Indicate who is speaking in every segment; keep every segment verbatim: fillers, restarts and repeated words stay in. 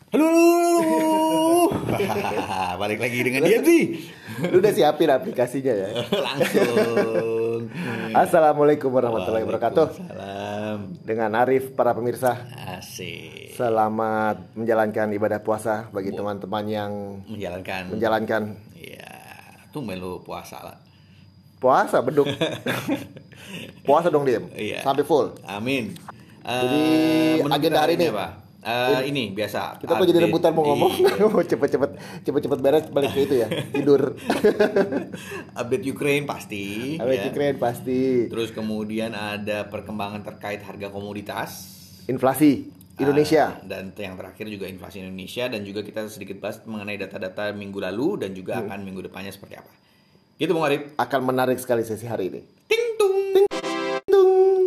Speaker 1: Halo, balik lagi dengan dia sih.
Speaker 2: Lu udah siapin aplikasinya ya?
Speaker 1: Langsung.
Speaker 2: Assalamualaikum warahmatullahi wabarakatuh.
Speaker 1: Waalaikumsalam.
Speaker 2: Dengan Arif, para pemirsa.
Speaker 1: Asik.
Speaker 2: Selamat menjalankan ibadah puasa bagi
Speaker 1: Bu-
Speaker 2: teman-teman yang
Speaker 1: Menjalankan.
Speaker 2: menjalankan
Speaker 1: Iya, tuh melu puasa lah.
Speaker 2: puasa beduk. Puasa dong dia,
Speaker 1: Iya.
Speaker 2: sampai full.
Speaker 1: Amin.
Speaker 2: Jadi,
Speaker 1: Eh, menu
Speaker 2: agenda
Speaker 1: kita
Speaker 2: hari ini
Speaker 1: apa? Eh, ini biasa.
Speaker 2: Kita kok jadi
Speaker 1: update
Speaker 2: rebutan mau
Speaker 1: di-
Speaker 2: ngomong. Mau cepet-cepet cepet-cepet beres balik ke itu ya, tidur.
Speaker 1: Update Ukraine pasti.
Speaker 2: Ada
Speaker 1: ya.
Speaker 2: keren pasti.
Speaker 1: Terus kemudian ada perkembangan terkait harga komoditas
Speaker 2: Inflasi Indonesia.
Speaker 1: Ah, dan yang terakhir juga inflasi Indonesia, dan juga kita sedikit bahas mengenai data-data minggu lalu dan juga akan minggu depannya seperti apa. Gitu Bung Arif.
Speaker 2: Akan menarik sekali sesi hari ini.
Speaker 1: Ting tung.
Speaker 2: Tung.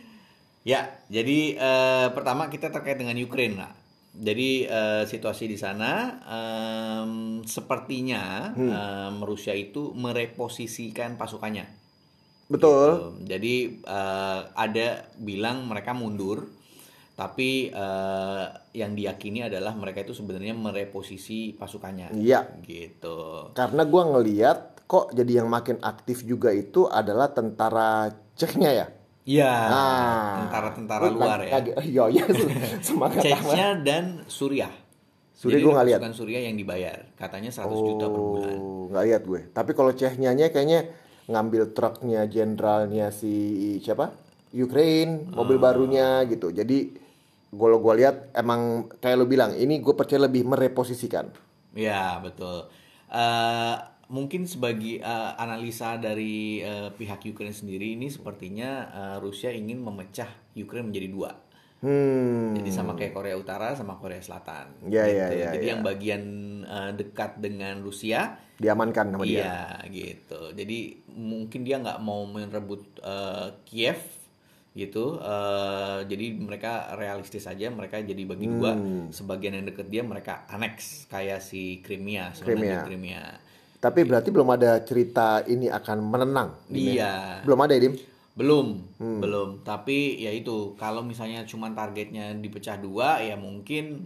Speaker 1: Ya, jadi eh, pertama kita terkait dengan Ukraine. Nah, jadi eh, situasi di sana em, sepertinya em, Rusia itu mereposisikan pasukannya.
Speaker 2: Betul.
Speaker 1: Gitu. Jadi eh, ada bilang mereka mundur, tapi eh, yang diyakini adalah mereka itu sebenarnya mereposisi pasukannya.
Speaker 2: Iya.
Speaker 1: Gitu.
Speaker 2: Karena gue ngeliat kok jadi yang makin aktif juga itu adalah tentara Ceknya ya.
Speaker 1: Iya.
Speaker 2: Ah.
Speaker 1: Tentara-tentara
Speaker 2: Lu
Speaker 1: luar
Speaker 2: lagi-
Speaker 1: ya.
Speaker 2: lagi- Iya iya semangat amat.
Speaker 1: Chechnya dan Suriah.
Speaker 2: Suriah
Speaker 1: Jadi
Speaker 2: gua nggak lihat.
Speaker 1: pasukan Suriah yang dibayar, katanya seratus juta per bulan.
Speaker 2: Oh, nggak lihat gue. Tapi kalau Ceknya kayaknya ngambil truknya jenderalnya si siapa? Ukraine, mobil
Speaker 1: Ah.
Speaker 2: barunya gitu. Jadi kalau gue lihat emang kayak lo bilang, ini gue percaya lebih mereposisikan.
Speaker 1: Ya, betul. Eh, mungkin sebagai eh, analisa dari eh, pihak Ukraine sendiri, ini sepertinya eh, Rusia ingin memecah Ukraine menjadi dua.
Speaker 2: Hmm.
Speaker 1: Jadi sama kayak Korea Utara sama Korea Selatan.
Speaker 2: Ya,
Speaker 1: gitu.
Speaker 2: ya, ya,
Speaker 1: Jadi
Speaker 2: ya.
Speaker 1: yang bagian eh, dekat dengan Rusia,
Speaker 2: Diamankan sama dia.
Speaker 1: iya gitu. Jadi mungkin dia nggak mau merebut eh, Kiev gitu. Eh, jadi mereka realistis aja, mereka jadi bagi dua.
Speaker 2: Hmm.
Speaker 1: Sebagian yang deket dia mereka aneks kayak si Crimea,
Speaker 2: Crimea.
Speaker 1: sebenarnya Crimea.
Speaker 2: Tapi berarti belum ada cerita ini akan menenang. Dim, ya?
Speaker 1: Iya.
Speaker 2: Belum ada ya, Dim?
Speaker 1: Belum,
Speaker 2: Hmm.
Speaker 1: belum. Tapi ya itu, kalau misalnya cuma targetnya dipecah dua, ya mungkin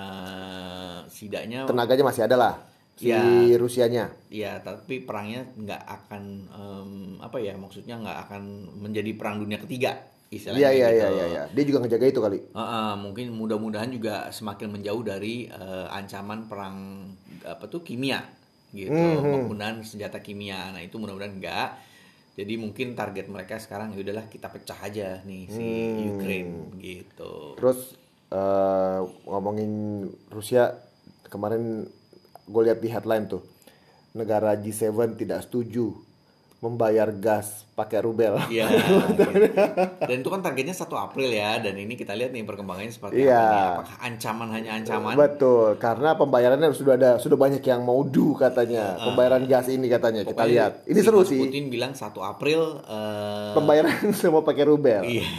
Speaker 1: eh setidaknya
Speaker 2: Tenaganya masih ada lah. Si
Speaker 1: Ya.
Speaker 2: Rusianya.
Speaker 1: ya, tapi perangnya nggak akan em, apa ya, maksudnya nggak akan menjadi perang dunia ketiga istilahnya
Speaker 2: Iya, iya,
Speaker 1: gitu.
Speaker 2: iya, iya, iya. Dia juga ngejaga itu kali.
Speaker 1: Heeh, mungkin mudah-mudahan juga semakin menjauh dari eh, ancaman perang apa tuh kimia gitu,
Speaker 2: Hmm, hmm.
Speaker 1: penggunaan senjata kimia. Nah itu mudah-mudahan enggak. Jadi mungkin target mereka sekarang ya udahlah kita pecah aja nih si
Speaker 2: Hmm.
Speaker 1: Ukraine gitu.
Speaker 2: Terus eh, ngomongin Rusia, kemarin gue lihat di headline tuh, negara G tujuh tidak setuju membayar gas pakai rubel.
Speaker 1: Iya. gitu. Dan itu kan targetnya satu April ya, dan ini kita lihat nih perkembangannya seperti
Speaker 2: Iya.
Speaker 1: apa nih. Apakah ancaman hanya ancaman?
Speaker 2: Betul, karena pembayarannya sudah ada, sudah banyak yang mau do katanya, pembayaran gas ini katanya. Kita
Speaker 1: Pokoknya
Speaker 2: lihat, ini
Speaker 1: si
Speaker 2: seru
Speaker 1: Mas
Speaker 2: sih.
Speaker 1: Putin bilang satu April eh,
Speaker 2: Pembayaran semua pakai rubel.
Speaker 1: Iya.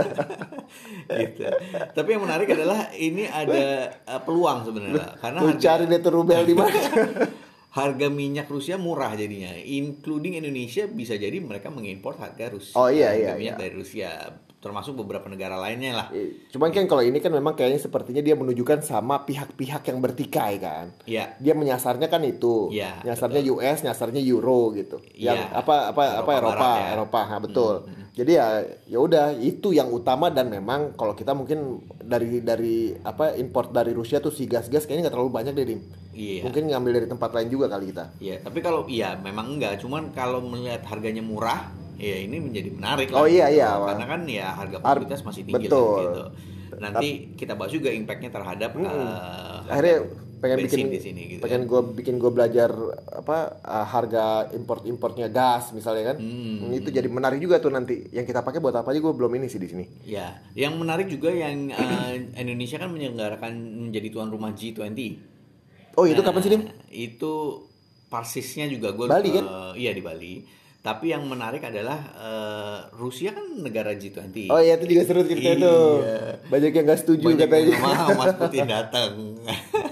Speaker 1: Gitu. Tapi yang menarik adalah ini ada uh, peluang sebenarnya, karena
Speaker 2: Lu
Speaker 1: harga,
Speaker 2: cari deh tuh rubel di mana?
Speaker 1: harga minyak Rusia murah jadinya, including Indonesia bisa jadi mereka mengimpor harga Rusia.
Speaker 2: Oh, iya,
Speaker 1: harga
Speaker 2: iya,
Speaker 1: minyak
Speaker 2: iya.
Speaker 1: dari Rusia, termasuk beberapa negara lainnya lah.
Speaker 2: Cuman kan kalau ini kan memang kayaknya sepertinya dia menunjukkan sama pihak-pihak yang bertikai kan.
Speaker 1: Iya.
Speaker 2: Dia menyasarnya kan itu,
Speaker 1: Iya,
Speaker 2: nyasarnya U S, nyasarnya Euro gitu.
Speaker 1: Iya.
Speaker 2: Yang apa apa apa
Speaker 1: Eropa
Speaker 2: Eropa,
Speaker 1: Barat ya.
Speaker 2: Eropa, nah, betul. Jadi ya ya udah itu yang utama, dan memang kalau kita mungkin dari dari apa import dari Rusia tuh si gas-gas kayaknya nggak terlalu banyak deh, Dim.
Speaker 1: Iya.
Speaker 2: Mungkin ngambil dari tempat lain juga kali kita.
Speaker 1: Iya, tapi kalau iya memang enggak, cuman kalau melihat harganya murah, ya ini menjadi menarik
Speaker 2: Oh,
Speaker 1: lah,
Speaker 2: iya,
Speaker 1: gitu.
Speaker 2: iya.
Speaker 1: Karena kan ya harga komoditas masih tinggi
Speaker 2: Betul.
Speaker 1: lah, gitu. Nanti kita bahas juga impactnya terhadap eh,
Speaker 2: Akhirnya
Speaker 1: harga
Speaker 2: pengen
Speaker 1: bensin
Speaker 2: bikin
Speaker 1: di sini gitu.
Speaker 2: pengen gue bikin gue belajar apa uh, harga import importnya gas misalnya kan.
Speaker 1: Hmm.
Speaker 2: Itu jadi menarik juga tuh nanti yang kita pakai buat apa aja, gue belum ini sih di sini.
Speaker 1: Ya, yang menarik juga yang eh, Indonesia kan menyelenggarakan menjadi tuan rumah G dua puluh.
Speaker 2: Oh itu kapan sih, Dim?
Speaker 1: Itu parsisnya juga gue
Speaker 2: Bali, kan?
Speaker 1: iya di Bali. Tapi yang menarik adalah eh, Rusia kan negara G dua puluh.
Speaker 2: Oh iya itu juga seru cerita
Speaker 1: Iya.
Speaker 2: tuh. Banyak yang nggak setuju
Speaker 1: Banyak
Speaker 2: katanya.
Speaker 1: yang nggak mau Mas Putin datang.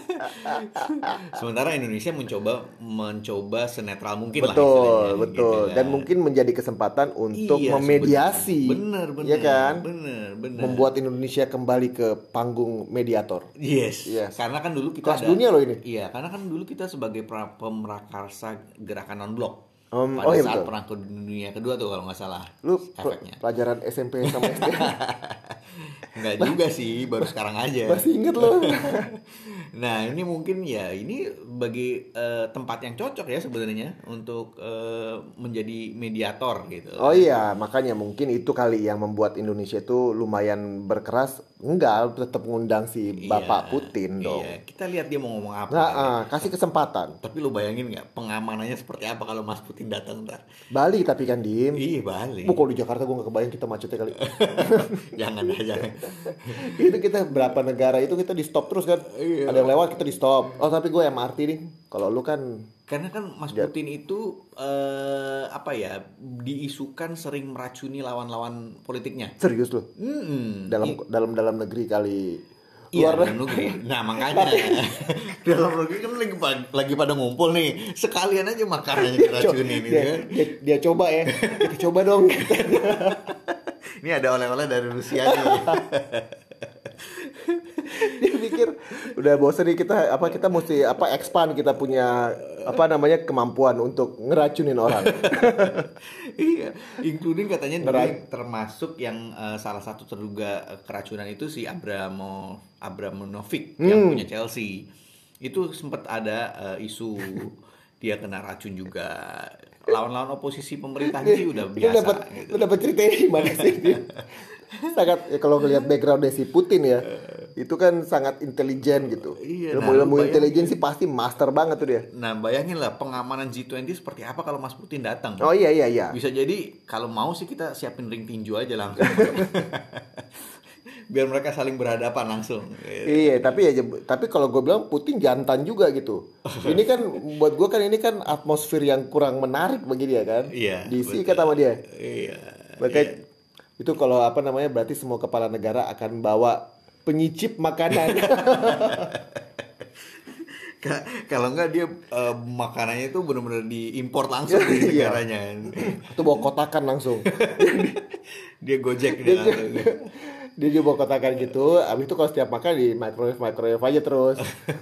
Speaker 1: Sementara Indonesia mencoba mencoba senetral mungkin lah
Speaker 2: Betul,
Speaker 1: istilahnya,
Speaker 2: betul.
Speaker 1: gitu kan.
Speaker 2: Dan mungkin menjadi kesempatan untuk
Speaker 1: Iya,
Speaker 2: memediasi.
Speaker 1: bener, bener,
Speaker 2: ya kan?
Speaker 1: bener, bener.
Speaker 2: Membuat Indonesia kembali ke panggung mediator.
Speaker 1: Yes.
Speaker 2: Yes.
Speaker 1: Karena kan dulu kita
Speaker 2: Kelas
Speaker 1: ada
Speaker 2: dunia loh ini.
Speaker 1: Iya, karena kan dulu kita sebagai pra- pemrakarsa gerakan non blok
Speaker 2: Um,
Speaker 1: pada
Speaker 2: oh iya,
Speaker 1: saat
Speaker 2: betul.
Speaker 1: perang dunia kedua tuh kalau nggak salah
Speaker 2: Lu pel-
Speaker 1: efeknya.
Speaker 2: pelajaran S M P sama S D
Speaker 1: Nggak juga sih, baru sekarang aja.
Speaker 2: masih inget lo.
Speaker 1: Nah, ini mungkin ya ini bagi eh, tempat yang cocok ya sebenarnya untuk eh, menjadi mediator gitu.
Speaker 2: Oh iya, makanya mungkin itu kali yang membuat Indonesia itu lumayan berkeras. Enggak, tetap ngundang si Bapak
Speaker 1: Iya,
Speaker 2: Putin dong.
Speaker 1: Iya, kita lihat dia mau ngomong apa.
Speaker 2: Nah,
Speaker 1: ya.
Speaker 2: ah, kasih kesempatan.
Speaker 1: Tapi lu bayangin nggak pengamanannya seperti apa kalau Mas Putin datang ntar?
Speaker 2: Bali tapi kan Dim.
Speaker 1: Iya, balik.
Speaker 2: Bu, kalau di Jakarta gue gak kebayang kita macetnya kali.
Speaker 1: Jangan dah, jangan.
Speaker 2: Itu kita berapa negara itu kita di stop terus kan.
Speaker 1: Iya.
Speaker 2: Ada yang lewat kita di stop. Oh tapi gue M R T nih. Kalau lu kan
Speaker 1: Karena kan Mas Putin itu eh, apa ya diisukan sering meracuni lawan-lawan politiknya.
Speaker 2: serius lu.
Speaker 1: Hmm,
Speaker 2: Dalam dalam dalam negeri kali.
Speaker 1: Iya,
Speaker 2: Luar
Speaker 1: dalam negeri. Nah, makanya dalam negeri kan lagi, pa- lagi pada ngumpul nih. Sekalian aja makanannya diracunin gitu
Speaker 2: dia,
Speaker 1: kan.
Speaker 2: dia, dia coba ya. Kita coba dong.
Speaker 1: Ini ada oleh-oleh dari Rusia nih.
Speaker 2: Dia pikir udah bosan nih kita apa kita mesti apa expand kita punya apa namanya kemampuan untuk ngeracunin orang.
Speaker 1: Iya, including katanya dulu
Speaker 2: Ngerai.
Speaker 1: yang termasuk yang eh, salah satu terduga eh, keracunan itu si Abramo Abramovich yang punya Chelsea. Itu sempat ada eh, isu dia kena racun juga. Lawan-lawan oposisi pemerintahnya sih udah
Speaker 2: Lu
Speaker 1: biasa
Speaker 2: dapat
Speaker 1: gitu.
Speaker 2: lu dapat ceritanya gimana sih dia? Sangat ya, kalau ngelihat backgroundnya si Putin ya, itu kan sangat intelijen gitu.
Speaker 1: Iya,
Speaker 2: Ilmu
Speaker 1: nah,
Speaker 2: ilmu
Speaker 1: lu
Speaker 2: intelijen sih pasti master banget tuh dia.
Speaker 1: Nah, bayangin lah pengamanan G dua puluh seperti apa kalau Mas Putin datang.
Speaker 2: Oh iya iya iya.
Speaker 1: Bisa jadi kalau mau sih kita siapin ring tinju aja langsung. Biar mereka saling berhadapan langsung.
Speaker 2: Iya, tapi ya tapi kalau gue bilang Putin jantan juga gitu. Ini kan buat gue kan ini kan atmosfer yang kurang menarik bagi dia kan.
Speaker 1: Iya,
Speaker 2: Disikat sama dia.
Speaker 1: Iya.
Speaker 2: Makanya itu kalau apa namanya berarti semua kepala negara akan bawa penyicip makanan.
Speaker 1: Ka- Kalau enggak dia eh, makanannya itu benar-benar diimpor langsung dari
Speaker 2: Iya.
Speaker 1: negaranya.
Speaker 2: Itu bawa kotakan langsung.
Speaker 1: Dia gojek dia langsung.
Speaker 2: Dia juga bawa kotakan gitu. Abis itu kalau setiap makan di microwave microwave aja terus.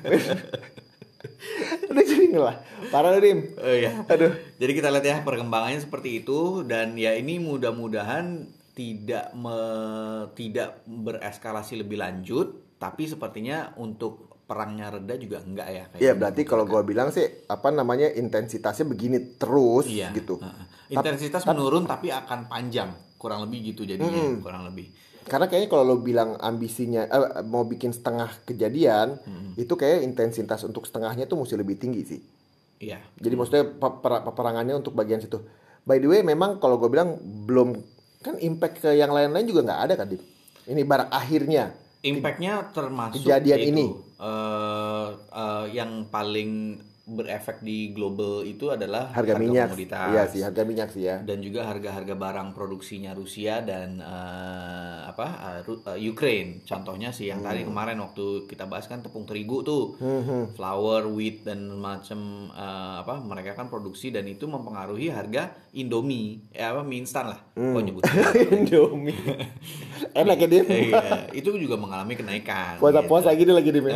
Speaker 2: Udah jadi ngelah. Parah lu, Dim.
Speaker 1: Oh iya.
Speaker 2: Aduh.
Speaker 1: Jadi kita lihat ya perkembangannya seperti itu dan ya ini mudah-mudahan tidak me- tidak bereskalasi lebih lanjut, tapi sepertinya untuk perangnya reda juga enggak ya kayaknya.
Speaker 2: Iya berarti kalau gue bilang sih apa namanya intensitasnya begini terus
Speaker 1: Iya.
Speaker 2: gitu.
Speaker 1: Heeh. Intensitas menurun tapi akan panjang, kurang lebih gitu jadinya, kurang lebih.
Speaker 2: Karena kayaknya kalau lo bilang ambisinya eh, mau bikin setengah kejadian, itu kayak intensitas untuk setengahnya tuh mesti lebih tinggi sih.
Speaker 1: Iya.
Speaker 2: Jadi maksudnya pe- per- peperangannya untuk bagian situ. By the way, memang kalau gue bilang belum kan impact ke yang lain-lain juga nggak ada kan, Dim? Ini barak akhirnya.
Speaker 1: Impactnya termasuk
Speaker 2: Kejadian
Speaker 1: itu,
Speaker 2: ini.
Speaker 1: eh, eh, yang paling berefek di global itu adalah
Speaker 2: Harga minyak.
Speaker 1: komoditas.
Speaker 2: Iya sih, harga minyak sih ya.
Speaker 1: Dan juga harga-harga barang produksinya Rusia dan eh, apa eh, Ru- eh, Ukraine. Contohnya sih yang tadi kemarin waktu kita bahas kan tepung terigu tuh, flour, wheat dan macam eh, apa mereka kan produksi dan itu mempengaruhi harga Indomie, ya apa mie instan lah, kok nyebutnya.
Speaker 2: Indomie. Enak ya, Dim?
Speaker 1: Iya, itu juga mengalami kenaikan.
Speaker 2: Puasa-puasa gini lagi, Dim.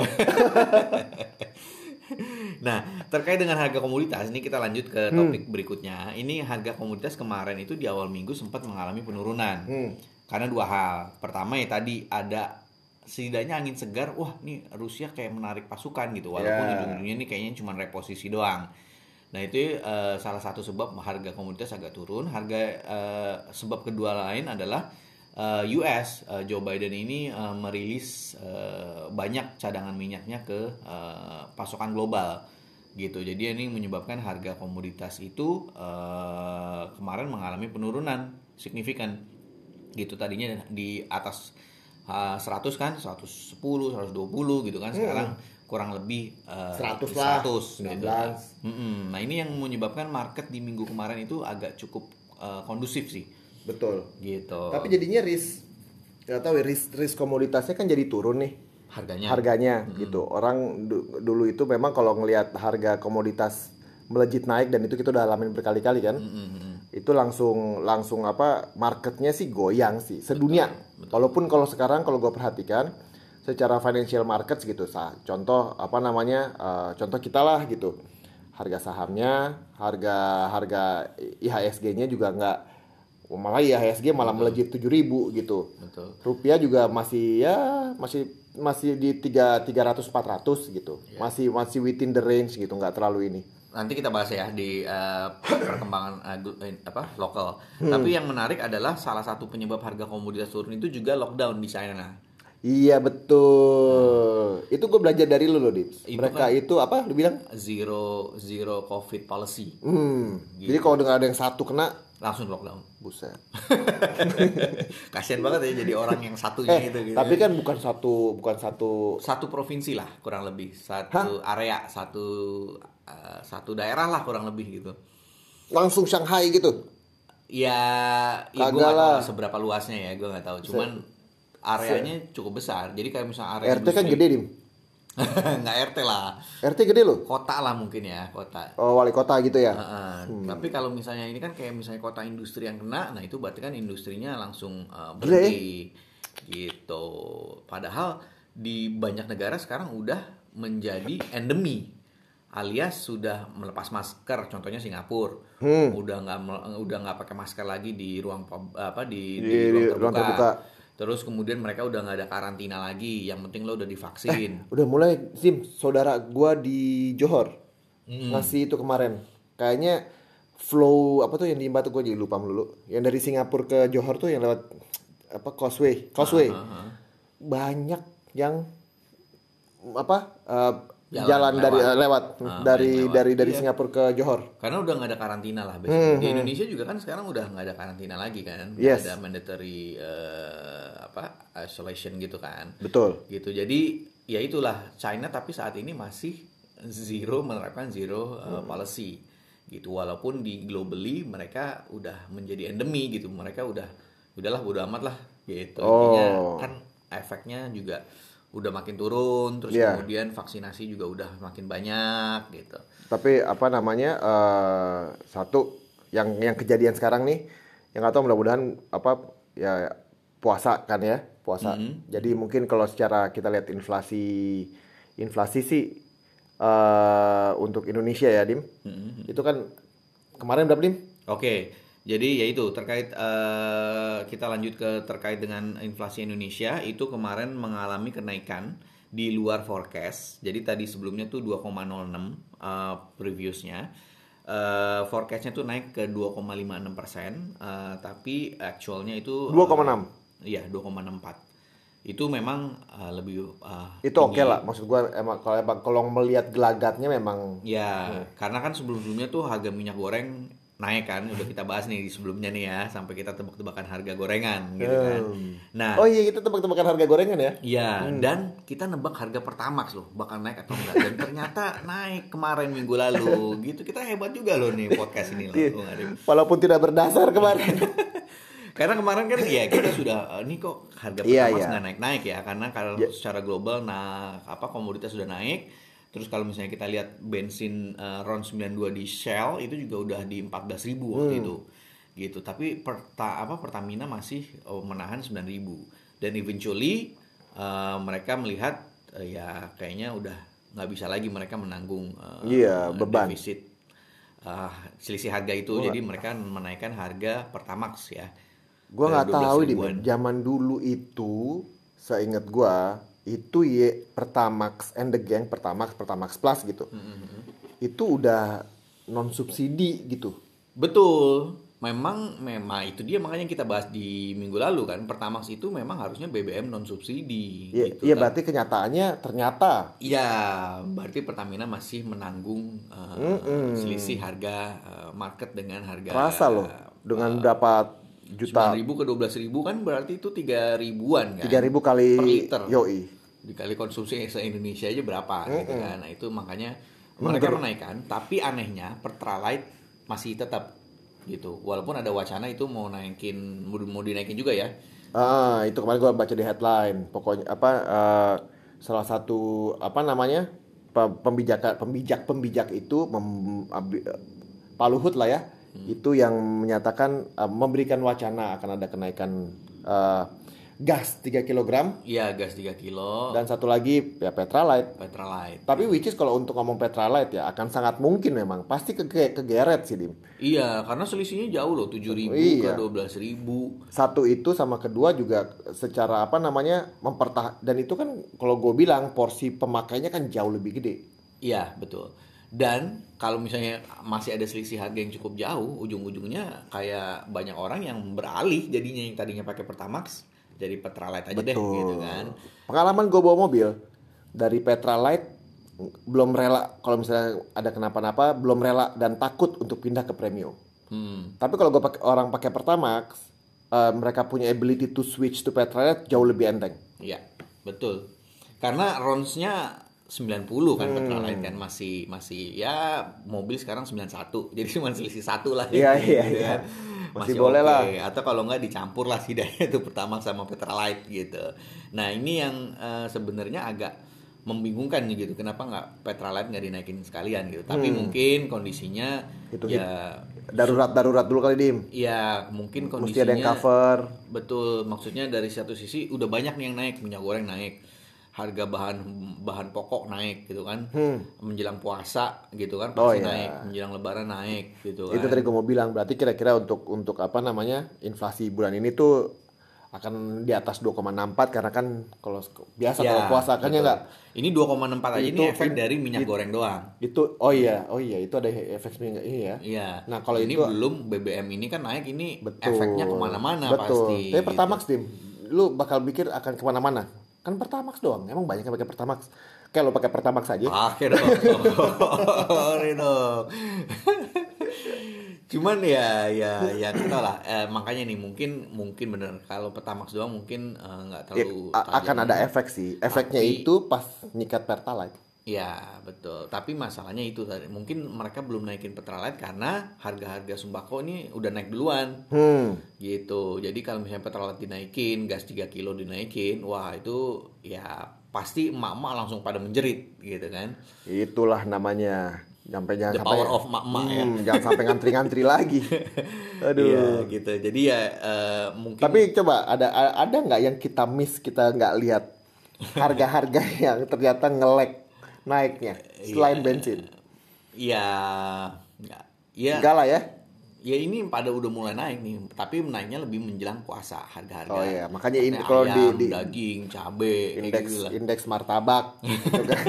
Speaker 1: Nah, terkait dengan harga komoditas, ini kita lanjut ke topik berikutnya. Ini harga komoditas kemarin itu di awal minggu sempat mengalami penurunan. Karena dua hal. Pertama ya tadi ada setidaknya angin segar. Wah, nih Rusia kayak menarik pasukan gitu. Walaupun
Speaker 2: Ya.
Speaker 1: ujung-ujungnya ini kayaknya cuma reposisi doang. Nah, itu eh, salah satu sebab harga komoditas agak turun. Harga eh, sebab kedua lain adalah eh, U S eh, Joe Biden ini eh, merilis eh, banyak cadangan minyaknya ke eh, pasokan global gitu. Jadi ini menyebabkan harga komoditas itu eh, kemarin mengalami penurunan signifikan gitu. Tadinya di atas eh, seratus kan, seratus sepuluh, seratus dua puluh gitu kan. Sekarang kurang lebih eh,
Speaker 2: seratus lah,
Speaker 1: seratus
Speaker 2: sembilan
Speaker 1: gitu.
Speaker 2: belas.
Speaker 1: Mm-mm. Nah, ini yang menyebabkan market di minggu kemarin itu agak cukup eh, kondusif sih
Speaker 2: Betul.
Speaker 1: gitu.
Speaker 2: Tapi jadinya risk nggak tahu ya, risk risk komoditasnya kan jadi turun nih.
Speaker 1: harganya.
Speaker 2: Harganya gitu. Orang du- dulu itu memang kalau ngelihat harga komoditas melejit naik dan itu kita udah alamin berkali-kali kan.
Speaker 1: Mm-mm.
Speaker 2: Itu langsung langsung apa marketnya sih goyang sih sedunia.
Speaker 1: betul.
Speaker 2: Walaupun kalau sekarang kalau gue perhatikan secara financial markets gitu, sah. Contoh apa namanya? eh, contoh kita lah gitu. Harga sahamnya, harga harga I H S G-nya juga nggak, malah I H S G malah melejit tujuh ribu gitu.
Speaker 1: Betul.
Speaker 2: Rupiah juga masih ya masih masih di tiga ratus empat ratus gitu. Masih masih within the range gitu, nggak terlalu ini.
Speaker 1: Nanti kita bahas ya di uh, perkembangan uh, du- eh, apa lokal. Tapi yang menarik adalah salah satu penyebab harga komoditas turun itu juga lockdown di China.
Speaker 2: Iya betul. Itu gue belajar dari lu loh, Dips.
Speaker 1: Itu
Speaker 2: Mereka
Speaker 1: kan-
Speaker 2: itu apa? Lu bilang?
Speaker 1: Zero zero COVID policy.
Speaker 2: Hmm. Jadi kalau dengan ada yang satu kena,
Speaker 1: Langsung lockdown.
Speaker 2: buset.
Speaker 1: Kasian banget ya jadi orang yang satunya
Speaker 2: Eh,
Speaker 1: itu gitu.
Speaker 2: tapi kan bukan satu bukan satu.
Speaker 1: Satu provinsi lah kurang lebih, satu area, satu uh, satu daerah lah kurang lebih gitu.
Speaker 2: Langsung Shanghai gitu.
Speaker 1: Ya, ya gue
Speaker 2: Kagak
Speaker 1: nggak tahu
Speaker 2: lah.
Speaker 1: seberapa luasnya ya, gue nggak tahu. Cuman areanya cukup besar. Jadi kayak misalnya area
Speaker 2: R T kan gede, Dim.
Speaker 1: nggak R T lah,
Speaker 2: R T gede loh.
Speaker 1: kota lah mungkin ya, kota.
Speaker 2: Oh, wali kota gitu ya.
Speaker 1: Heeh. Tapi kalau misalnya ini kan kayak misalnya kota industri yang kena, nah itu berarti kan industrinya langsung uh,
Speaker 2: Gila ya.
Speaker 1: berhenti gitu. Padahal di banyak negara sekarang udah menjadi endemi, alias sudah melepas masker. Contohnya Singapura, udah nggak mel- udah nggak pakai masker lagi di ruang pub- apa di, di,
Speaker 2: Di- di
Speaker 1: ruang terbuka.
Speaker 2: ruang terbuka.
Speaker 1: Terus kemudian mereka udah nggak ada karantina lagi. Yang penting lo udah divaksin.
Speaker 2: Udah mulai, Sim, saudara gua di Johor ngasih itu kemarin. Kayaknya flow apa tuh yang di Batu, gua jadi lupa dulu. Yang dari Singapura ke Johor tuh yang lewat apa causeway, causeway. Banyak yang apa eh,
Speaker 1: Jalan,
Speaker 2: jalan, dari
Speaker 1: lewat.
Speaker 2: eh, lewat
Speaker 1: Ah,
Speaker 2: dari
Speaker 1: yang lewat.
Speaker 2: dari dari
Speaker 1: Iya.
Speaker 2: Singapura ke Johor.
Speaker 1: Karena udah nggak ada karantina lah basically. Di Indonesia juga kan sekarang udah nggak ada karantina lagi kan. Nggak
Speaker 2: Yes.
Speaker 1: ada mandatory eh, apa isolation gitu kan.
Speaker 2: Betul.
Speaker 1: Gitu. Jadi ya itulah China, tapi saat ini masih zero, menerapkan zero uh, policy gitu. Walaupun di globally mereka udah menjadi endemi gitu. Mereka udah udahlah bodo amat lah gitu. Intinya
Speaker 2: Oh.
Speaker 1: kan efeknya juga udah makin turun, terus
Speaker 2: Iya.
Speaker 1: kemudian vaksinasi juga udah makin banyak gitu.
Speaker 2: Tapi apa namanya eh, satu yang yang kejadian sekarang nih, yang nggak tahu, mudah-mudahan apa ya puasa kan ya puasa. Jadi mungkin kalau secara kita lihat inflasi inflasi sih eh, untuk Indonesia ya, Dim, itu kan kemarin berapa, Dim?
Speaker 1: Oke, jadi ya itu terkait eh, kita lanjut ke terkait dengan inflasi Indonesia itu kemarin mengalami kenaikan di luar forecast. Jadi tadi sebelumnya tuh dua koma nol enam eh, previousnya. Eh, forecastnya tuh naik ke dua koma lima enam persen, eh, tapi actualnya itu
Speaker 2: dua koma enam.
Speaker 1: eh, iya dua koma enam empat. Itu memang eh, lebih eh,
Speaker 2: Itu oke
Speaker 1: tinggi.
Speaker 2: lah, maksud gua emang kalau emang kalau melihat gelagatnya memang
Speaker 1: Ya, karena kan sebelum-sebelumnya tuh harga minyak goreng naik kan, udah kita bahas nih di sebelumnya nih ya, sampai kita tebak-tebakan harga gorengan gitu kan. Nah,
Speaker 2: oh iya, kita tebak-tebakan harga gorengan ya.
Speaker 1: iya, dan kita nebak harga Pertamax loh, bakal naik atau enggak. Dan ternyata naik kemarin minggu lalu gitu. Kita hebat juga loh nih podcast ini loh. Bung Arif.
Speaker 2: Walaupun tidak berdasar kemarin.
Speaker 1: Karena kemarin kan ya kita sudah, ini kok harga
Speaker 2: Iya,
Speaker 1: Pertamax
Speaker 2: iya.
Speaker 1: nggak naik-naik ya, karena kalau secara global nah apa komoditas sudah naik. Terus kalau misalnya kita lihat bensin uh, RON sembilan puluh dua di Shell itu juga udah di empat belas ribu waktu itu. Gitu. Tapi perta, apa Pertamina masih oh, menahan sembilan ribu. Dan eventually uh, mereka melihat uh, ya kayaknya udah nggak bisa lagi mereka menanggung uh,
Speaker 2: Iya, beban.
Speaker 1: defisit uh, selisih harga itu. Jadi mereka menaikkan harga Pertamax ya.
Speaker 2: Gua
Speaker 1: Ke
Speaker 2: nggak
Speaker 1: dua belas
Speaker 2: tahu di
Speaker 1: ribuan.
Speaker 2: zaman dulu itu, seingat gua itu ya Pertamax and the Gang, Pertamax, Pertamax Plus gitu. Itu udah non subsidi gitu.
Speaker 1: Betul, memang memang itu dia makanya kita bahas di minggu lalu kan, Pertamax itu memang harusnya B B M non subsidi.
Speaker 2: Iya,
Speaker 1: gitu
Speaker 2: iya
Speaker 1: kan.
Speaker 2: berarti kenyataannya ternyata
Speaker 1: Iya, berarti Pertamina masih menanggung uh, selisih harga uh, market dengan harga
Speaker 2: terasa loh dengan berapa juta,
Speaker 1: sembilan ribu ke dua belas ribu kan berarti itu tiga ribuan kan.
Speaker 2: tiga ribu kali
Speaker 1: per liter.
Speaker 2: yoi.
Speaker 1: Dikali konsumsi se-Indonesia aja berapa gitu kan. Nah, itu makanya mereka menaikkan, tapi anehnya Pertalite masih tetap gitu. Walaupun ada wacana itu mau naikin mau, mau dinaikin juga ya.
Speaker 2: Ah, itu kemarin gua baca di headline. Pokoknya apa eh, salah satu apa namanya pe- pembijak pembijak pembijak itu mem- abi- Pak Luhut lah ya, itu yang menyatakan uh, memberikan wacana akan ada kenaikan uh, gas tiga kilogram
Speaker 1: Iya, gas tiga kilo.
Speaker 2: dan satu lagi ya Petralite.
Speaker 1: Petralite.
Speaker 2: Tapi which is kalau untuk ngomong Petralite ya akan sangat mungkin memang pasti ke kegeret sih Dim.
Speaker 1: Iya, karena selisihnya jauh loh, tujuh ribu
Speaker 2: Iya.
Speaker 1: ke dua belas ribu.
Speaker 2: Satu itu sama kedua juga secara apa namanya mempertah dan itu kan kalau gue bilang porsi pemakainya kan jauh lebih gede.
Speaker 1: Iya, betul. Dan kalau misalnya masih ada selisih harga yang cukup jauh, ujung-ujungnya kayak banyak orang yang beralih jadinya yang tadinya pakai Pertamax jadi Petralite aja deh gitu kan.
Speaker 2: Pengalaman gue bawa mobil dari Petralite belum rela kalau misalnya ada kenapa-napa belum rela dan takut untuk pindah ke premium.
Speaker 1: Hmm.
Speaker 2: Tapi kalau gue pakai orang pakai Pertamax, eh, mereka punya ability to switch to Petralite jauh lebih enteng.
Speaker 1: Iya, betul. Karena ronsnya sembilan puluh kan Petralite kan masih masih ya mobil sekarang sembilan puluh satu. Jadi cuma selisih satu lah.
Speaker 2: Iya,
Speaker 1: gitu
Speaker 2: iya,
Speaker 1: kan.
Speaker 2: iya. Masih boleh
Speaker 1: oke.
Speaker 2: lah.
Speaker 1: Atau kalau nggak dicampur lah setidaknya itu Pertamax sama Petralite gitu. Nah ini yang eh, sebenarnya agak membingungkan nih gitu. Kenapa nggak Petralite nggak dinaikin sekalian gitu? Tapi mungkin kondisinya
Speaker 2: Itu
Speaker 1: ya
Speaker 2: darurat-darurat dulu kali Dim.
Speaker 1: ya mungkin
Speaker 2: Mesti
Speaker 1: kondisinya
Speaker 2: ada yang cover.
Speaker 1: betul. Maksudnya dari satu sisi udah banyak nih yang naik, minyak goreng naik, harga bahan bahan pokok naik gitu kan, menjelang puasa gitu kan
Speaker 2: Oh,
Speaker 1: pasti
Speaker 2: iya.
Speaker 1: naik, menjelang lebaran naik gitu kan.
Speaker 2: Itu tadi gue mau bilang, berarti kira-kira untuk untuk apa namanya inflasi bulan ini tuh akan di atas dua koma enam empat karena kan kalau biasa
Speaker 1: Ya,
Speaker 2: kalau puasa kan ya
Speaker 1: betul.
Speaker 2: nggak
Speaker 1: Ini dua koma enam empat aja
Speaker 2: Itu-
Speaker 1: ini efek
Speaker 2: itu-
Speaker 1: dari minyak
Speaker 2: itu-
Speaker 1: goreng doang.
Speaker 2: itu oh iya oh iya itu ada efeknya ini ya.
Speaker 1: Iya.
Speaker 2: Nah kalau
Speaker 1: ini
Speaker 2: itu
Speaker 1: belum B B M ini kan naik, ini
Speaker 2: betul
Speaker 1: efeknya kemana-mana
Speaker 2: betul.
Speaker 1: pasti.
Speaker 2: Tapi
Speaker 1: gitu.
Speaker 2: Pertamax Dim, lu bakal pikir akan kemana-mana kan Pertamax doang, emang banyak yang pakai Pertamax. Kayak lo pakai Pertamax aja.
Speaker 1: Pakai dong. Sorry dong. Cuman ya ya ya kita lah eh, makanya nih mungkin mungkin bener kalau Pertamax doang mungkin eh, nggak
Speaker 2: Ya,
Speaker 1: terlalu
Speaker 2: a- akan
Speaker 1: tajam.
Speaker 2: ada efek sih. Efeknya
Speaker 1: Tapi-
Speaker 2: itu pas nyikat Pertalite.
Speaker 1: Ya betul. Tapi masalahnya itu tadi mungkin mereka belum naikin Petralite karena harga-harga sembako ini udah naik duluan.
Speaker 2: Hmm.
Speaker 1: Gitu. Jadi kalau misalnya Petralite dinaikin, gas tiga kilo dinaikin, wah itu ya pasti emak-emak langsung pada menjerit gitu kan.
Speaker 2: Itulah namanya. Sampai jangan
Speaker 1: The
Speaker 2: sampai
Speaker 1: power of emak-emak ya.
Speaker 2: Hmm, jangan sampai ngantri-ngantri lagi. Aduh.
Speaker 1: Iya gitu. Jadi ya eh, mungkin
Speaker 2: Tapi coba ada ada nggak yang kita miss, kita nggak lihat harga-harga yang ternyata ngelek naiknya selain
Speaker 1: Iya.
Speaker 2: bensin?
Speaker 1: ya ya ya,
Speaker 2: Enggak lah ya.
Speaker 1: ya ini pada udah mulai naik nih, tapi naiknya lebih menjelang puasa harga-harga.
Speaker 2: Oh iya, makanya ini
Speaker 1: Kayak
Speaker 2: kalau di,
Speaker 1: ayam,
Speaker 2: di
Speaker 1: daging, cabe, kayak
Speaker 2: indeks
Speaker 1: gitu lah.
Speaker 2: indeks martabak gitu kan.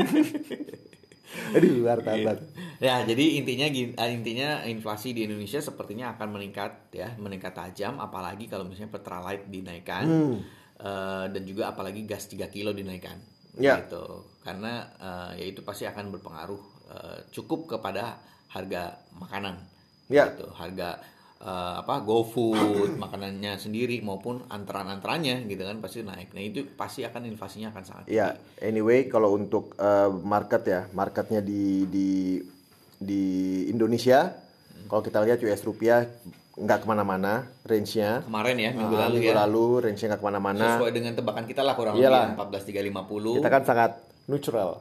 Speaker 2: Aduh, martabak.
Speaker 1: Ya, jadi intinya gin- eh, intinya inflasi di Indonesia sepertinya akan meningkat ya, meningkat tajam apalagi kalau misalnya Petralite dinaikkan.
Speaker 2: Hmm.
Speaker 1: Eh, dan juga apalagi gas tiga kilo dinaikkan.
Speaker 2: Ya.
Speaker 1: Gitu. Karena eh, ya itu pasti akan berpengaruh eh, cukup kepada harga makanan.
Speaker 2: Ya.
Speaker 1: Gitu. Harga eh, apa GoFood, makanannya sendiri maupun antrean-antreannya gitu kan pasti naik. Nah, itu pasti akan inflasinya akan sangat tinggi.
Speaker 2: Ya, anyway kalau untuk eh, market ya, marketnya di di di Indonesia, kalau kita lihat U S rupiah nggak kemana-mana, range-nya.
Speaker 1: Kemarin ya minggu
Speaker 2: Ah,
Speaker 1: lalu
Speaker 2: minggu
Speaker 1: ya.
Speaker 2: lalu range-nya nggak kemana-mana.
Speaker 1: Sesuai dengan tebakan kita lah kurang
Speaker 2: Iyalah.
Speaker 1: lebih empat belas tiga lima puluh.
Speaker 2: Kita kan sangat neutral.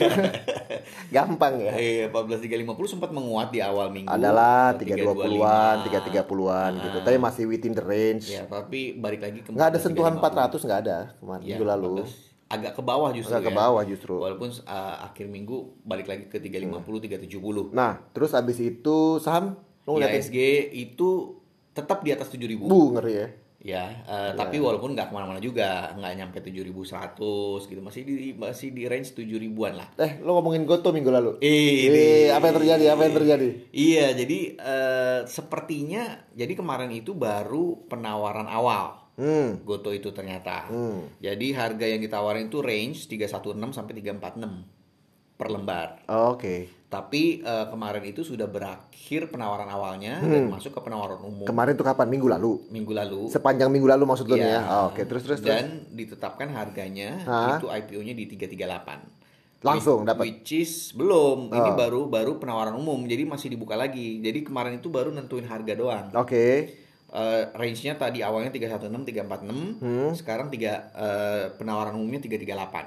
Speaker 2: Gampang ya.
Speaker 1: Eh, empat belas tiga lima puluh sempat menguat di awal minggu.
Speaker 2: Adalah
Speaker 1: ke
Speaker 2: tiga dua puluhan, tiga tiga puluhan gitu. Tapi masih within the range.
Speaker 1: Ya, tapi balik lagi ke
Speaker 2: Nggak ada
Speaker 1: empat belas tiga
Speaker 2: sentuhan
Speaker 1: lima
Speaker 2: empat
Speaker 1: puluh.
Speaker 2: ratus, nggak ada kemarin
Speaker 1: Ya,
Speaker 2: minggu lalu.
Speaker 1: empat belas. Agak ke bawah justru
Speaker 2: Agak ke
Speaker 1: ya.
Speaker 2: bawah justru.
Speaker 1: Walaupun uh, akhir minggu balik lagi ke tiga lima puluh, tiga tujuh puluh.
Speaker 2: Nah, terus abis itu saham lu
Speaker 1: I
Speaker 2: ngeliatin?
Speaker 1: H S G itu tetap di atas tujuh ribu.
Speaker 2: Bu, ngeri ya.
Speaker 1: Ya, uh, tapi walaupun nggak kemana-mana juga, nggak nyampe tujuh ribu seratus gitu, masih di masih di range tujuh ribuan lah.
Speaker 2: Eh, lo ngomongin Goto minggu lalu.
Speaker 1: Eh,
Speaker 2: Eh, apa yang terjadi? Apa yang terjadi?
Speaker 1: Iya, jadi eh, sepertinya jadi kemarin itu baru penawaran awal
Speaker 2: Hmm.
Speaker 1: Goto itu ternyata.
Speaker 2: Hmm.
Speaker 1: Jadi harga yang ditawarin itu range tiga ratus enam belas sampai tiga ratus empat puluh enam per lembar.
Speaker 2: Oke.
Speaker 1: Tapi eh, kemarin itu sudah berakhir penawaran awalnya dan masuk ke penawaran umum
Speaker 2: Kemarin tuh kapan? Minggu lalu.
Speaker 1: minggu lalu.
Speaker 2: Sepanjang minggu lalu maksud lo nih
Speaker 1: Iya.
Speaker 2: ya. Oh, oke, terus terus terus.
Speaker 1: Dan ditetapkan harganya
Speaker 2: Hah?
Speaker 1: itu I P O-nya di tiga ratus tiga puluh delapan.
Speaker 2: Langsung dapat.
Speaker 1: Which is belum. Ini
Speaker 2: Oh.
Speaker 1: baru baru penawaran umum. Jadi masih dibuka lagi. Jadi kemarin itu baru nentuin harga doang.
Speaker 2: Oke.
Speaker 1: Eh, range-nya tadi awalnya tiga ratus enam belas, tiga ratus empat puluh enam.
Speaker 2: Hmm.
Speaker 1: Sekarang tiga eh, penawaran umumnya tiga ratus tiga puluh delapan.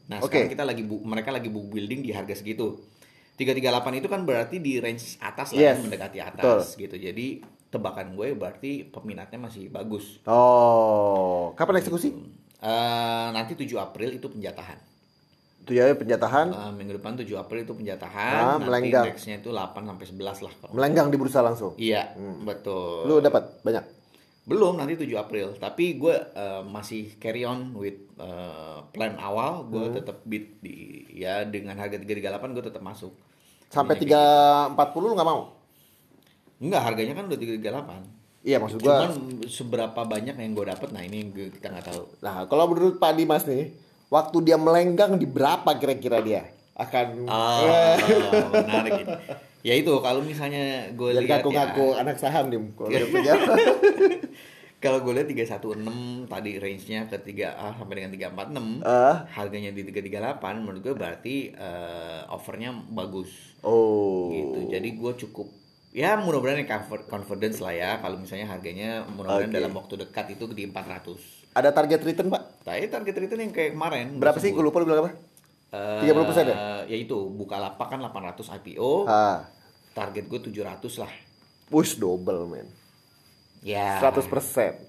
Speaker 1: Nah,
Speaker 2: Oke.
Speaker 1: sekarang kita lagi bu- mereka lagi book building di harga segitu. tiga tiga delapan itu kan berarti di range atas lah,
Speaker 2: Yes,
Speaker 1: kan, mendekati atas gitu. Jadi tebakan gue berarti peminatnya masih bagus.
Speaker 2: Oh, kapan eksekusi?
Speaker 1: Eh, nanti tujuh April itu penjatahan.
Speaker 2: Itu ya penjatahan,
Speaker 1: Eh, minggu depan tujuh April itu
Speaker 2: Ah,
Speaker 1: penjatahan. Nanti
Speaker 2: melenggang.
Speaker 1: indexnya itu delapan sampai sebelas lah kalau.
Speaker 2: melenggang di bursa langsung.
Speaker 1: Iya, betul.
Speaker 2: Lu dapat banyak.
Speaker 1: Belum, nanti tujuh April. Tapi gue eh, masih carry on with eh, plan awal. Gue
Speaker 2: Hmm.
Speaker 1: tetap bid di ya dengan harga tiga tiga delapan gue tetap masuk.
Speaker 2: Sampai
Speaker 1: Intinya
Speaker 2: tiga
Speaker 1: kayak
Speaker 2: empat puluh lu nggak mau?
Speaker 1: gitu. Enggak, harganya kan udah tiga tiga delapan.
Speaker 2: Iya, maksud gua.
Speaker 1: Cuman seberapa banyak yang gue dapet, nah ini yang gue- kita nggak tahu.
Speaker 2: Nah, kalau menurut Pak Dimas nih, waktu dia melenggang di berapa kira-kira dia akan
Speaker 1: Ah, menarik ini. Ya itu kalau misalnya gue
Speaker 2: jadi
Speaker 1: lihat
Speaker 2: ngaku-ngaku
Speaker 1: ya,
Speaker 2: anak saham nih kalau dia punya.
Speaker 1: kalau gue lihat tiga satu enam tadi range-nya ke tiga A sampai dengan tiga empat enam,
Speaker 2: Ah.
Speaker 1: harganya di tiga tiga delapan, menurut gue berarti eh, offernya bagus
Speaker 2: Oh.
Speaker 1: gitu. Jadi gue cukup ya mudah-mudahan comfort- confidence lah ya kalau misalnya harganya mudah-mudahan
Speaker 2: Oke.
Speaker 1: dalam waktu dekat itu di empat ratus.
Speaker 2: Ada target return, Pak?
Speaker 1: Tapi target return yang kayak kemarin
Speaker 2: Berapa sih? Gue lupa lu bilang apa?
Speaker 1: Eh,
Speaker 2: tiga puluh persen ya?
Speaker 1: Ya itu Bukalapak kan delapan ratus I P O,
Speaker 2: Ah.
Speaker 1: target gue tujuh ratus lah.
Speaker 2: Push double, men.
Speaker 1: Ya.
Speaker 2: seratus persen.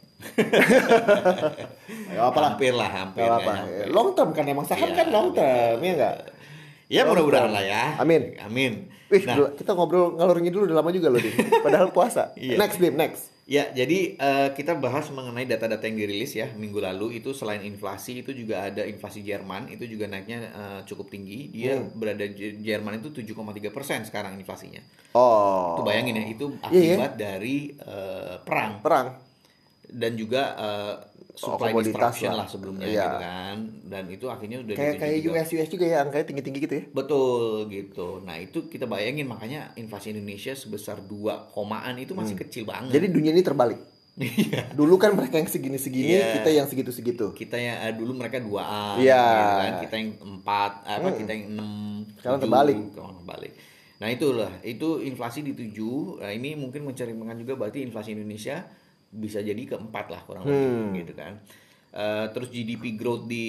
Speaker 2: Gak apa lah.
Speaker 1: Hampir lah, hampir.
Speaker 2: Gak
Speaker 1: nggak
Speaker 2: apa.
Speaker 1: nyampe.
Speaker 2: Long term kan emang saham
Speaker 1: Iya,
Speaker 2: kan long term, ya enggak?
Speaker 1: Ya
Speaker 2: Long
Speaker 1: mudah-mudahan
Speaker 2: term.
Speaker 1: lah ya.
Speaker 2: Amin.
Speaker 1: Amin.
Speaker 2: Wih,
Speaker 1: Nah,
Speaker 2: gila, kita ngobrol ngalor ngidul udah lama juga loh, Dim. Padahal puasa.
Speaker 1: Iya.
Speaker 2: Next, Dim, next.
Speaker 1: ya jadi eh, kita bahas mengenai data-data yang dirilis ya minggu lalu itu selain inflasi itu juga ada inflasi Jerman itu juga naiknya eh, cukup tinggi. Dia
Speaker 2: Hmm.
Speaker 1: berada J- Jerman itu tujuh koma tiga persen sekarang inflasinya.
Speaker 2: Oh.
Speaker 1: Itu bayangin ya, itu
Speaker 2: Iya, iya.
Speaker 1: akibat dari eh, perang.
Speaker 2: Perang.
Speaker 1: Dan juga uh, supply
Speaker 2: komoditas
Speaker 1: disruption
Speaker 2: lah.
Speaker 1: lah sebelumnya
Speaker 2: Iya.
Speaker 1: gitu kan, dan itu akhirnya udah
Speaker 2: Kayak
Speaker 1: dituju
Speaker 2: kayak
Speaker 1: juga.
Speaker 2: U S U S juga ya, angkanya tinggi-tinggi gitu ya.
Speaker 1: Betul gitu. Nah itu kita bayangin, makanya inflasi Indonesia sebesar dua komaan itu masih kecil banget.
Speaker 2: Hmm. Jadi dunia ini terbalik.
Speaker 1: Iya.
Speaker 2: Dulu kan mereka yang segini-segini,
Speaker 1: Iya.
Speaker 2: kita yang segitu-segitu.
Speaker 1: Kita yang eh, dulu mereka dua A,
Speaker 2: Iya.
Speaker 1: gitu kan. Kita yang empat, apa
Speaker 2: Hmm.
Speaker 1: kita yang enam.
Speaker 2: Sekarang
Speaker 1: tujuh,
Speaker 2: terbalik.
Speaker 1: sekarang terbalik. Nah itulah, itu inflasi di tujuh. Nah, ini mungkin mencerminkan juga berarti inflasi Indonesia bisa jadi keempat lah kurang
Speaker 2: Hmm.
Speaker 1: lebih gitu kan. Eh, terus G D P growth di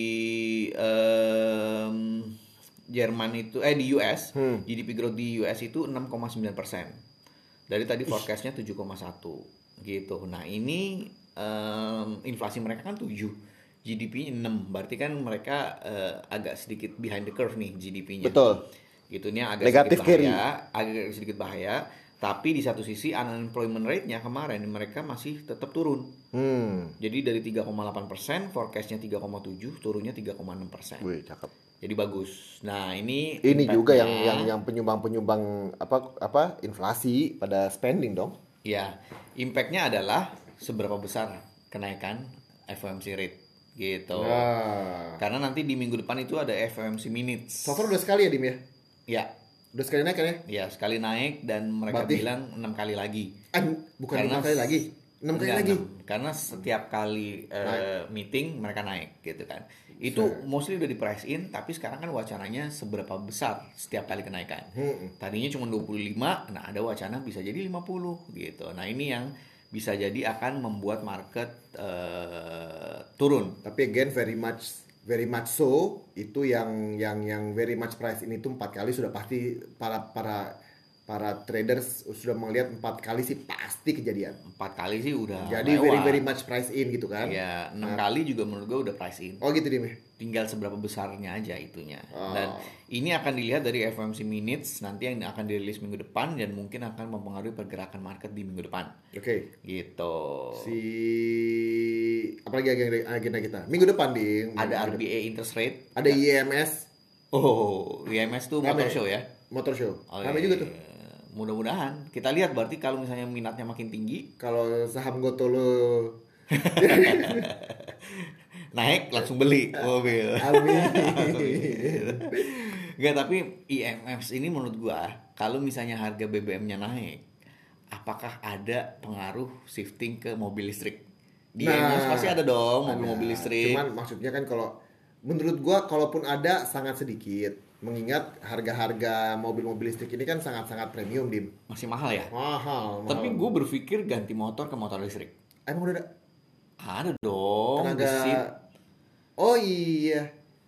Speaker 1: em, Jerman itu eh di U S,
Speaker 2: Hmm.
Speaker 1: G D P growth di U S itu enam koma sembilan persen. Dari tadi forecastnya tujuh koma satu gitu. Nah ini em, inflasi mereka kan tujuh, G D P-nya enam, berarti kan mereka eh, agak sedikit behind the curve nih G D P-nya.
Speaker 2: Betul.
Speaker 1: Gitu, ini agak
Speaker 2: Negatif
Speaker 1: sedikit bahaya, agak sedikit bahaya. Tapi di satu sisi unemployment rate-nya kemarin mereka masih tetap turun.
Speaker 2: Hmm.
Speaker 1: Jadi dari tiga koma delapan persen, forecast-nya tiga koma tujuh, turunnya tiga koma enam persen.
Speaker 2: Wih, cakep.
Speaker 1: Jadi bagus. Nah, ini
Speaker 2: Ini juga yang
Speaker 1: impact-nya-
Speaker 2: yang yang penyumbang-penyumbang apa apa inflasi pada spending dong.
Speaker 1: Ya, impact-nya adalah seberapa besar kenaikan F O M C rate gitu.
Speaker 2: Nah.
Speaker 1: Karena nanti di minggu depan itu ada F O M C minutes.
Speaker 2: So far udah sekali ya, Dim ya?
Speaker 1: Ya,
Speaker 2: Udah sekali naik kan ya?
Speaker 1: ya sekali naik dan mereka
Speaker 2: Berarti-
Speaker 1: bilang enam kali lagi.
Speaker 2: Ah, bukan
Speaker 1: Karena-
Speaker 2: lima kali lagi. enam kali
Speaker 1: Enggak,
Speaker 2: lagi.
Speaker 1: enam. Karena setiap kali eh, meeting mereka naik gitu kan. Itu mostly udah di price in, tapi sekarang kan wacananya seberapa besar setiap kali kenaikan.
Speaker 2: Hmm.
Speaker 1: Tadinya cuma dua puluh lima, nah ada wacana bisa jadi lima puluh gitu. Nah, ini yang bisa jadi akan membuat market eh, turun.
Speaker 2: Tapi again very much very much so itu yang yang yang very much price ini tuh empat kali sudah pasti para para para traders sudah melihat empat kali sih pasti kejadian.
Speaker 1: Empat kali sih udah
Speaker 2: Jadi
Speaker 1: lewat.
Speaker 2: very very much price in gitu kan?
Speaker 1: Ya, enam kali juga menurut gue udah price in.
Speaker 2: Oh gitu Dim ya?
Speaker 1: Tinggal seberapa besarnya aja itunya.
Speaker 2: Oh.
Speaker 1: Dan ini akan dilihat dari F O M C minutes nanti yang akan dirilis minggu depan dan mungkin akan mempengaruhi pergerakan market di minggu depan.
Speaker 2: Oke.
Speaker 1: Gitu.
Speaker 2: Si apalagi agenda, agenda kita minggu depan Dim.
Speaker 1: Ada
Speaker 2: Minggu
Speaker 1: R B A interest rate.
Speaker 2: depan. Ada I M S
Speaker 1: Oh, I M S tuh motor
Speaker 2: Rame.
Speaker 1: show ya.
Speaker 2: motor show.
Speaker 1: Oh,
Speaker 2: Rame
Speaker 1: iya.
Speaker 2: juga tuh.
Speaker 1: Mudah-mudahan. Kita lihat berarti kalau misalnya minatnya makin tinggi,
Speaker 2: Kalau saham Gotolo
Speaker 1: naik langsung beli mobil.
Speaker 2: Amin.
Speaker 1: Enggak, tapi I M F ini menurut gua kalau misalnya harga B B M-nya naik, apakah ada pengaruh shifting ke mobil listrik? Di I M F pasti ada dong mobil-mobil
Speaker 2: Ada.
Speaker 1: listrik.
Speaker 2: Cuman maksudnya kan kalau menurut gua kalaupun ada sangat sedikit. Mengingat harga-harga mobil-mobil listrik ini kan sangat-sangat premium, Dim.
Speaker 1: Masih mahal ya?
Speaker 2: Mahal, mahal.
Speaker 1: Tapi gue berpikir ganti motor ke motor listrik.
Speaker 2: Emang udah ada
Speaker 1: Ada dong.
Speaker 2: tenaga.
Speaker 1: Gesit.
Speaker 2: Oh iya.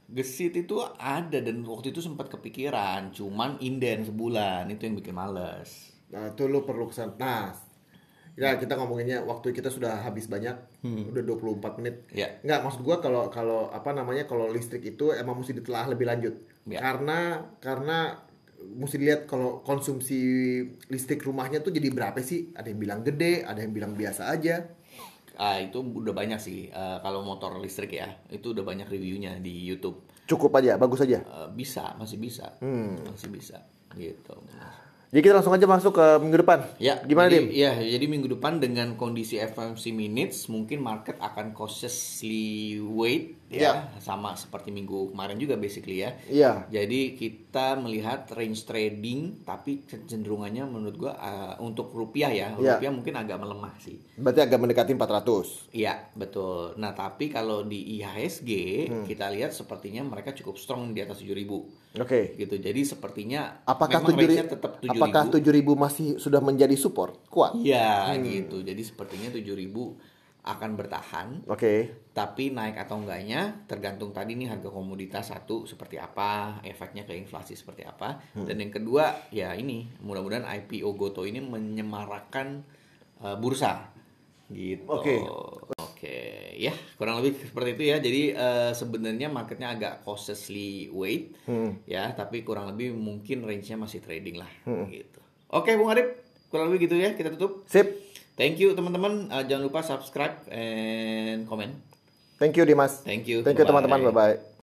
Speaker 1: Gesit itu ada dan waktu itu sempat kepikiran, cuman inden sebulan itu yang bikin males.
Speaker 2: Nah, itu lu perlu kesan. Nah, ya kita ngomonginnya waktu kita sudah habis banyak, hmm. udah dua puluh empat menit.
Speaker 1: Ya.
Speaker 2: Nggak, maksud gua kalau kalau apa namanya kalau listrik itu emang mesti ditelaah lebih lanjut. Ya. Karena karena mesti dilihat kalau konsumsi listrik rumahnya tuh jadi berapa sih? Ada yang bilang gede, ada yang bilang biasa aja.
Speaker 1: Ah, itu udah banyak sih. Uh, kalau motor listrik ya, itu udah banyak reviewnya di YouTube.
Speaker 2: Cukup aja, bagus aja.
Speaker 1: Uh, bisa, masih bisa,
Speaker 2: hmm.
Speaker 1: masih bisa, gitu.
Speaker 2: Jadi kita langsung aja masuk ke minggu depan.
Speaker 1: Ya,
Speaker 2: gimana
Speaker 1: jadi,
Speaker 2: Dim?
Speaker 1: Ya, jadi minggu depan dengan kondisi F O M C minutes mungkin market akan cautiously wait ya, ya, sama seperti minggu kemarin juga basically ya.
Speaker 2: Iya.
Speaker 1: Jadi kita melihat range trading tapi kecenderungannya menurut gua uh, untuk rupiah ya,
Speaker 2: ya,
Speaker 1: rupiah mungkin agak melemah sih.
Speaker 2: Berarti agak mendekati empat ratus.
Speaker 1: Iya, betul. Nah, tapi kalau di I H S G hmm. kita lihat sepertinya mereka cukup strong di atas tujuh ribu.
Speaker 2: Oke. Okay.
Speaker 1: Gitu. Jadi sepertinya
Speaker 2: apakah
Speaker 1: memang
Speaker 2: range-nya
Speaker 1: tetap tujuh ribu.
Speaker 2: Apakah tujuh ribu masih sudah menjadi support? Kuat?
Speaker 1: Iya, hmm. gitu. Jadi sepertinya tujuh ribu akan bertahan.
Speaker 2: Oke. Okay.
Speaker 1: Tapi naik atau enggaknya tergantung tadi nih harga komoditas satu seperti apa, efeknya ke inflasi seperti apa. Hmm. Dan yang kedua, ya ini mudah-mudahan I P O Gotoh ini menyemarakkan uh, bursa. Gitu.
Speaker 2: Oke. Okay.
Speaker 1: Oke, ya kurang lebih seperti itu ya. Jadi uh, sebenarnya marketnya agak cautiously wait, hmm. ya, tapi kurang lebih mungkin range-nya masih trading lah, hmm. gitu. Oke, Bung Arif, kurang lebih gitu ya. Kita tutup.
Speaker 2: Sip.
Speaker 1: Thank you teman-teman. Uh, jangan lupa subscribe and comment.
Speaker 2: Thank you Dimas.
Speaker 1: Thank you.
Speaker 2: Thank you teman-teman. Bye bye.